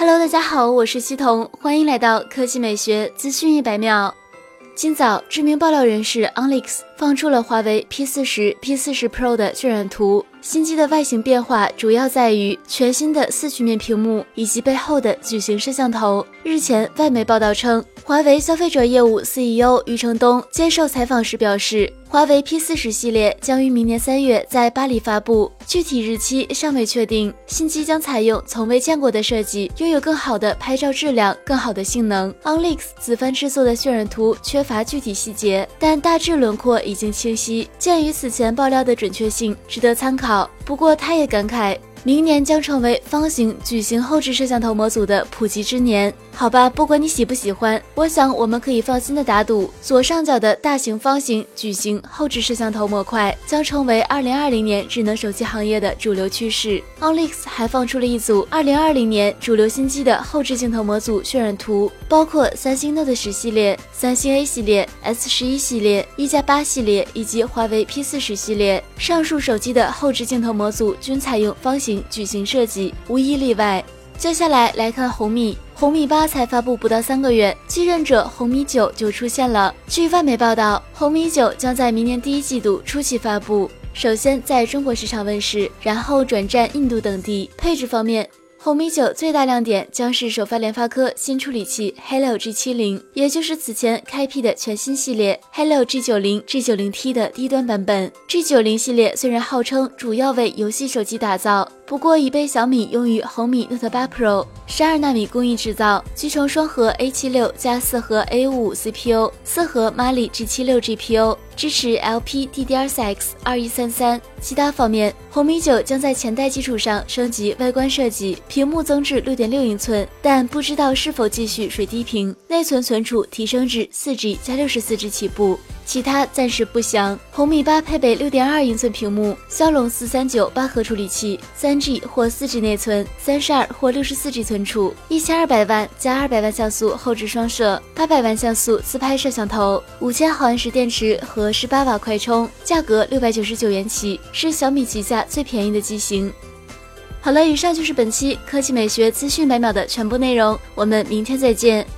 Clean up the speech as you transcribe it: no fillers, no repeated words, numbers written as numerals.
Hello， 大家好，我是西彤，欢迎来到科技美学资讯100秒。今早，知名爆料人士 OnLeaks 放出了华为 P40、P40 Pro 的渲染图。新机的外形变化主要在于全新的4曲面屏幕以及背后的矩形摄像头。日前，外媒报道称，华为消费者业务 CEO 余承东接受采访时表示，华为 P40 系列将于明年3月在巴黎发布，具体日期尚未确定。新机将采用从未见过的设计，拥有更好的拍照质量、更好的性能。OnLeaks 子番制作的渲染图缺乏具体细节，但大致轮廓已经清晰，鉴于此前爆料的准确性，值得参考。不过，他也感慨，明年将成为方形、矩形后置摄像头模组的普及之年。好吧，不管你喜不喜欢，我想我们可以放心的打赌，左上角的大型方形、矩形后置摄像头模块将成为2020年智能手机行业的主流趋势。OnLeaks 还放出了一组2020年主流新机的后置镜头模组渲染图，包括三星 Note 10系列、三星 A 系列、S11系列、1加8系列以及华为 P40 系列。上述手机的后置镜头模组均采用方形、矩形设计，无一例外。接下来来看红米8才发布不到3个月，继任者红米9就出现了。据外媒报道，红米9将在明年第1季度初期发布，首先在中国市场问世，然后转战印度等地。配置方面，红米9最大亮点将是首发联发科新处理器 Helio G70， 也就是此前开辟的全新系列 Helio G90、G90T 的低端版本。G90 系列虽然号称主要为游戏手机打造，不过已被小米用于红米 Note 8 Pro 12纳米工艺制造，集成双核 A76 加4核 A55 CPU、4核 Mali G76 GPU， 支持 LPDDR4X 2133。其他方面，红米9将在前代基础上升级外观设计，屏幕增至 6.6 英寸，但不知道是否继续水滴屏，内存存储提升至 4G 加 64G 起步。其他暂时不详。红米8配备 6.2 英寸屏幕，骁龙439 8核处理器，3G 或 4G 内存，32或 64G 存储，1200万加200万像素后置双摄，800万像素自拍摄像头，5000毫安时电池和18瓦快充，价格699元起，是小米旗下最便宜的机型。好了，以上就是本期科技美学资讯100秒的全部内容，我们明天再见。